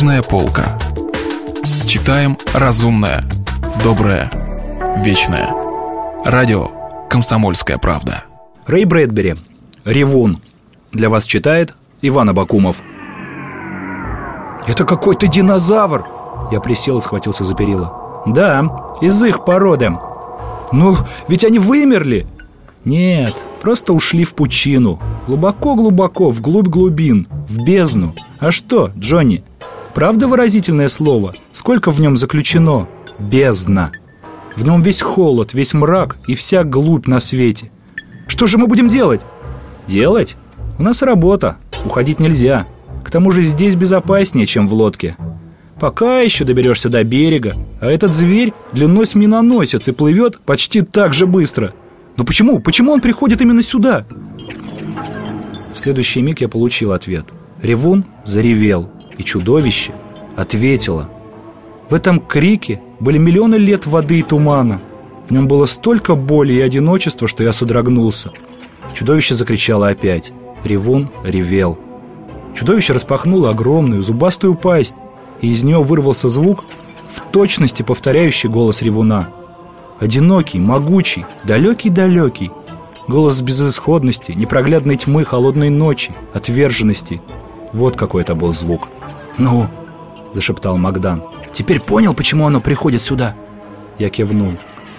Книжная полка. Читаем разумное, доброе, вечное. Радио «Комсомольская правда». Рэй Брэдбери. «Ревун». Для вас читает Иван Абакумов. «Это какой-то динозавр!» Я присел и схватился за перила. «Да, из их породы». «Ну, ведь они вымерли!» «Нет, просто ушли в пучину. Глубоко-глубоко, вглубь глубин, в бездну. А что, Джонни? Правда выразительное слово? Сколько в нем заключено? Бездна. В нем весь холод, весь мрак и вся глубь на свете. Что же мы будем делать?» «Делать? У нас работа. Уходить нельзя. К тому же здесь безопаснее, чем в лодке. Пока еще доберешься до берега, а этот зверь длиной с миноносец и плывет почти так же быстро. Но почему? Почему он приходит именно сюда?» В следующий миг я получил ответ. Ревун заревел, и чудовище ответило. В этом крике были миллионы лет воды и тумана. В нем было столько боли и одиночества, что я содрогнулся. Чудовище закричало опять. Ревун ревел. Чудовище распахнуло огромную зубастую пасть, и из нее вырвался звук, в точности повторяющий голос ревуна. Одинокий, могучий, далекий-далекий. Голос безысходности, непроглядной тьмы, холодной ночи, отверженности. Вот какой это был звук. «Ну?» – зашептал Магдан. «Теперь понял, почему оно приходит сюда?» Я кивнул.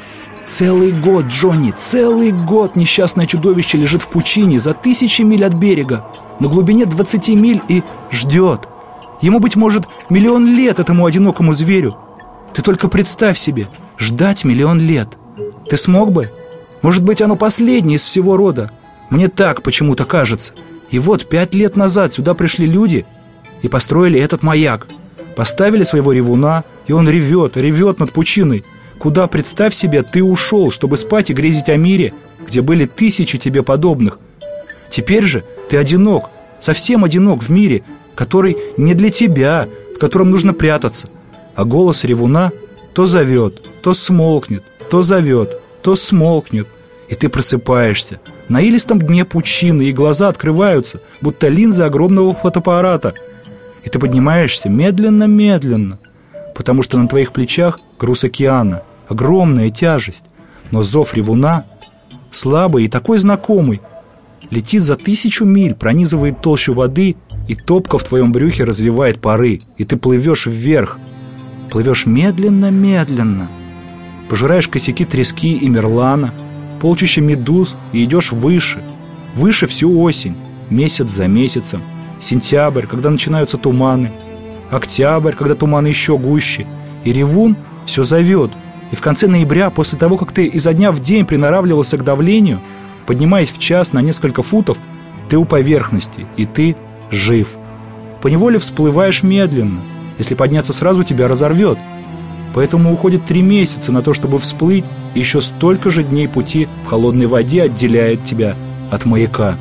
«Целый год, Джонни, целый год несчастное чудовище лежит в пучине за 1000 миль от берега, на глубине 20 миль и ждет. Ему, быть может, 1 000 000 лет, этому одинокому зверю. Ты только представь себе, ждать 1 000 000 лет. Ты смог бы? Может быть, оно последнее из всего рода. Мне так почему-то кажется. И вот 5 лет назад сюда пришли люди и построили этот маяк. Поставили своего ревуна, и он ревет, ревет над пучиной. Куда, представь себе, ты ушел, чтобы спать и грезить о мире, где были 1000 тебе подобных. Теперь же ты одинок, совсем одинок в мире, который не для тебя, в котором нужно прятаться. А голос ревуна то зовет, то смолкнет, то зовет, то смолкнет. И ты просыпаешься на илистом дне пучины, и глаза открываются, будто линзы огромного фотоаппарата. И ты поднимаешься медленно-медленно, потому что на твоих плечах груз океана, огромная тяжесть. Но зов ревуна, слабый и такой знакомый, летит за 1000 миль, пронизывает толщу воды, и топка в твоем брюхе развивает пары, и ты плывешь вверх. Плывешь медленно-медленно, пожираешь косяки трески и мерлана, полчища медуз, и идешь выше, выше всю осень, месяц за месяцем. Сентябрь, когда начинаются туманы, октябрь, когда туманы еще гуще, и ревун все зовет. И в конце ноября, после того, как ты изо дня в день приноравливался к давлению, поднимаясь в час на несколько футов, ты у поверхности, и ты жив. Поневоле всплываешь медленно. Если подняться сразу, тебя разорвет. Поэтому уходит 3 месяца на то, чтобы всплыть, и еще столько же дней пути в холодной воде отделяет тебя от маяка.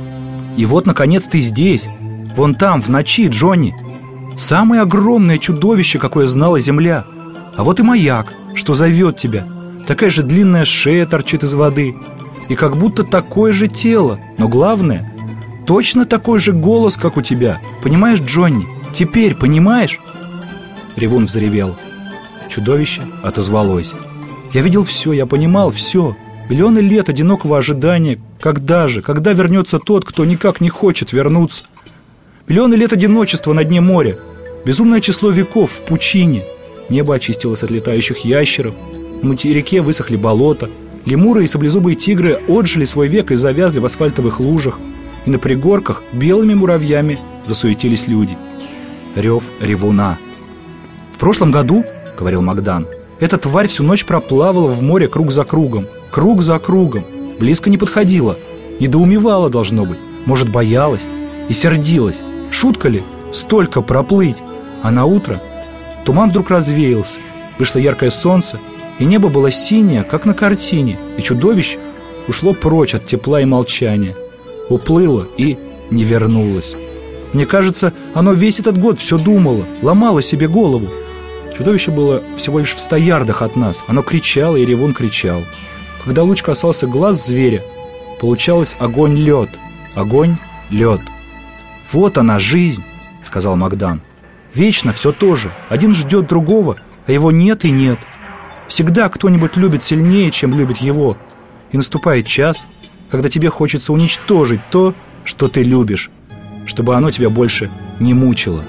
И вот, наконец, ты здесь, вон там, в ночи, Джонни. Самое огромное чудовище, какое знала земля. А вот и маяк, что зовет тебя. Такая же длинная шея торчит из воды, и как будто такое же тело. Но главное, точно такой же голос, как у тебя. Понимаешь, Джонни? Теперь понимаешь?» Ревун взревел. Чудовище отозвалось. Я видел все, я понимал все. Миллионы лет одинокого ожидания. Когда вернется тот, кто никак не хочет вернуться? Миллионы лет одиночества на дне моря. Безумное число веков в пучине. Небо очистилось от летающих ящеров. На материке высохли болота. Лемуры и саблезубые тигры отжили свой век и завязли в асфальтовых лужах. И на пригорках белыми муравьями засуетились люди. Рев ревуна. «В прошлом году, — говорил Магдан, — эта тварь всю ночь проплавала в море круг за кругом, близко не подходила, недоумевала, должно быть, может, боялась и сердилась. Шутка ли? Столько проплыть!» А на утро туман вдруг развеялся, вышло яркое солнце, и небо было синее, как на картине, и чудовище ушло прочь от тепла и молчания, уплыло и не вернулось. Мне кажется, оно весь этот год все думало, ломало себе голову. Чудовище было всего лишь в 100 ярдах от нас. Оно кричало, и ревун кричал. Когда луч касался глаз зверя, получалось огонь-лед, огонь-лед. «Вот она, жизнь», — сказал Магдан. Вечно все то же. Один ждет другого, а его нет и нет. Всегда кто-нибудь любит сильнее, чем любит его. И наступает час, когда тебе хочется уничтожить то, что ты любишь, чтобы оно тебя больше не мучило.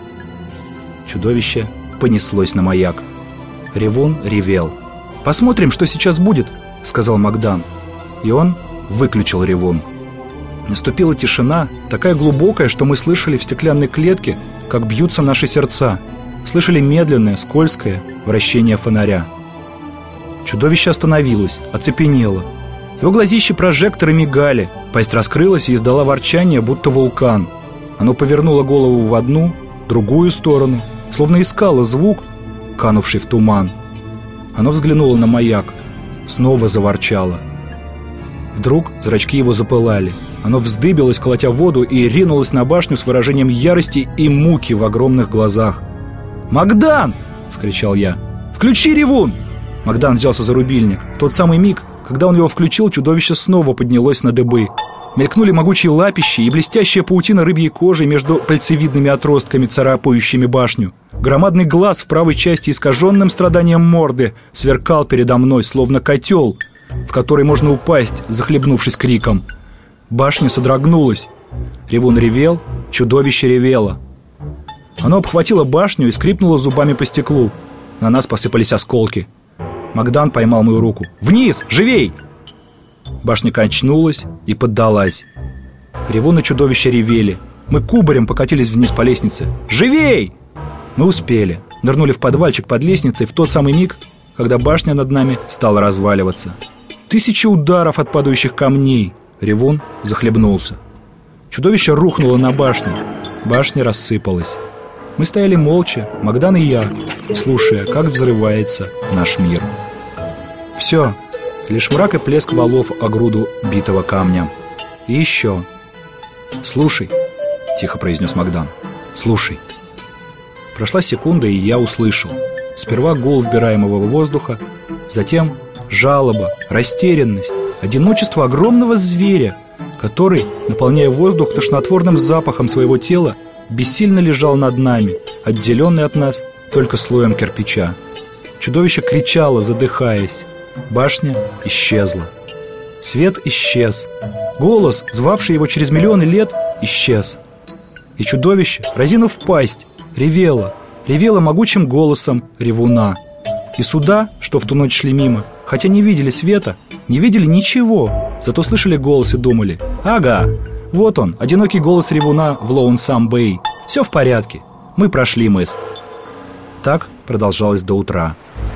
Чудовище понеслось на маяк. Ревун ревел. «Посмотрим, что сейчас будет», — сказал Магдан. И он выключил ревун. Наступила тишина, такая глубокая, что мы слышали в стеклянной клетке, как бьются наши сердца. Слышали медленное, скользкое вращение фонаря. Чудовище остановилось, оцепенело. Его глазища-прожекторы мигали, пасть раскрылась и издала ворчание, будто вулкан. Оно повернуло голову в одну, другую сторону, словно искало звук, канувший в туман. Оно взглянуло на маяк, снова заворчало. Вдруг зрачки его запылали. Оно вздыбилось, колотя воду, и ринулось на башню с выражением ярости и муки в огромных глазах. «Магдан!» — вскричал я. «Включи ревун!» Магдан взялся за рубильник. В тот самый миг, когда он его включил, чудовище снова поднялось на дыбы. Мелькнули могучие лапищи и блестящая паутина рыбьей кожи между пальцевидными отростками, царапающими башню. Громадный глаз в правой части искаженным страданием морды сверкал передо мной, словно котел, в который можно упасть, захлебнувшись криком. Башня содрогнулась. Ревун ревел, чудовище ревело. Оно обхватило башню и скрипнуло зубами по стеклу. На нас посыпались осколки. Магдан поймал мою руку. «Вниз! Живей!» Башня качнулась и поддалась. Ревун и чудовище ревели. Мы кубарем покатились вниз по лестнице. «Живей!» Мы успели. Нырнули в подвальчик под лестницей в тот самый миг, когда башня над нами стала разваливаться. 1000 ударов от падающих камней. Ревун захлебнулся. Чудовище рухнуло на башню. Башня рассыпалась. Мы стояли молча, Магдан и я, слушая, как взрывается наш мир. Все, лишь мрак и плеск валов о груду битого камня. И еще. «Слушай», — тихо произнес Магдан, — «слушай». Прошла секунда, и я услышал. Сперва гул вбираемого воздуха, затем жалоба, растерянность, одиночество огромного зверя, который, наполняя воздух тошнотворным запахом своего тела, бессильно лежал над нами, отделенный от нас только слоем кирпича. Чудовище кричало, задыхаясь. Башня исчезла. Свет исчез. Голос, звавший его через миллионы лет, исчез. И чудовище, разинув пасть, ревело могучим голосом ревуна. И суда, что в ту ночь шли мимо, хотя не видели света, не видели ничего, зато слышали голос и думали: «Ага, вот он, одинокий голос ревуна в Лоунсам-Бэй. Все в порядке, мы прошли мыс». Так продолжалось до утра.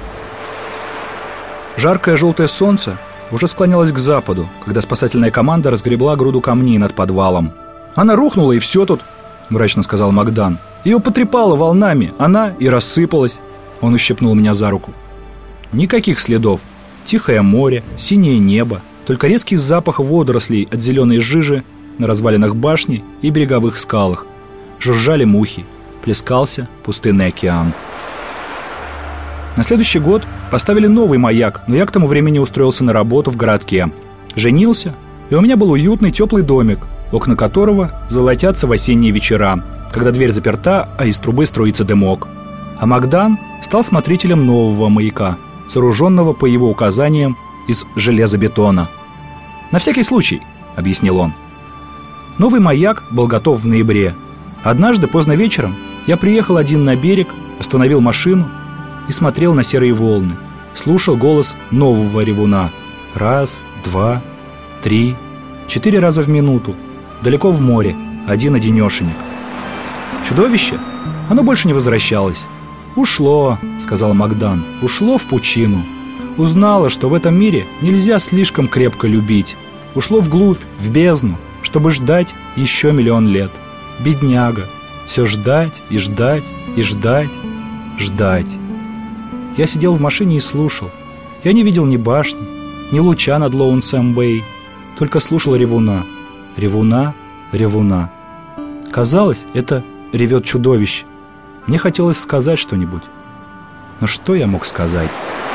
Жаркое желтое солнце уже склонялось к западу, когда спасательная команда разгребла груду камней над подвалом. «Она рухнула, и все тут», — мрачно сказал Магдан. «Ее потрепало волнами, она и рассыпалась». Он ущипнул меня за руку. Никаких следов. Тихое море, синее небо, только резкий запах водорослей от зеленой жижи на развалинах башни и береговых скалах. Жужжали мухи, плескался пустынный океан. На следующий год поставили новый маяк, но я к тому времени устроился на работу в городке. Женился, и у меня был уютный теплый домик, окна которого золотятся в осенние вечера, когда дверь заперта, а из трубы струится дымок. А Магдан стал смотрителем нового маяка, сооруженного по его указаниям из железобетона. «На всякий случай», — объяснил он. Новый маяк был готов в ноябре. Однажды поздно вечером я приехал один на берег, остановил машину и смотрел на серые волны, слушал голос нового ревуна. 1, 2, 3, 4 раза в минуту, далеко в море, один-одинешенек. Чудовище, оно больше не возвращалось. «Ушло», — сказал Магдан, — «ушло в пучину. Узнало, что в этом мире нельзя слишком крепко любить. Ушло вглубь, в бездну, чтобы ждать еще миллион лет. Бедняга, все ждать и ждать и ждать, ждать». Я сидел в машине и слушал. Я не видел ни башни, ни луча над Лоунсам-Бэй, только слушал ревуна. Ревуна, ревуна. Казалось, это ревет чудовище. Мне хотелось сказать что-нибудь. Но что я мог сказать?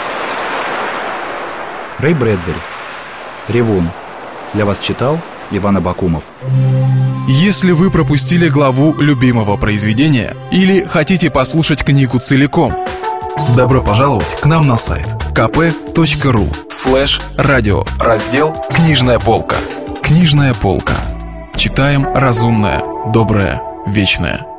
Рэй Брэдбери. «Ревун». Для вас читал Иван Абакумов. Если вы пропустили главу любимого произведения или хотите послушать книгу целиком, добро пожаловать к нам на сайт kp.ru/радио, раздел «Книжная полка». Книжная полка. Читаем разумное, доброе, вечное.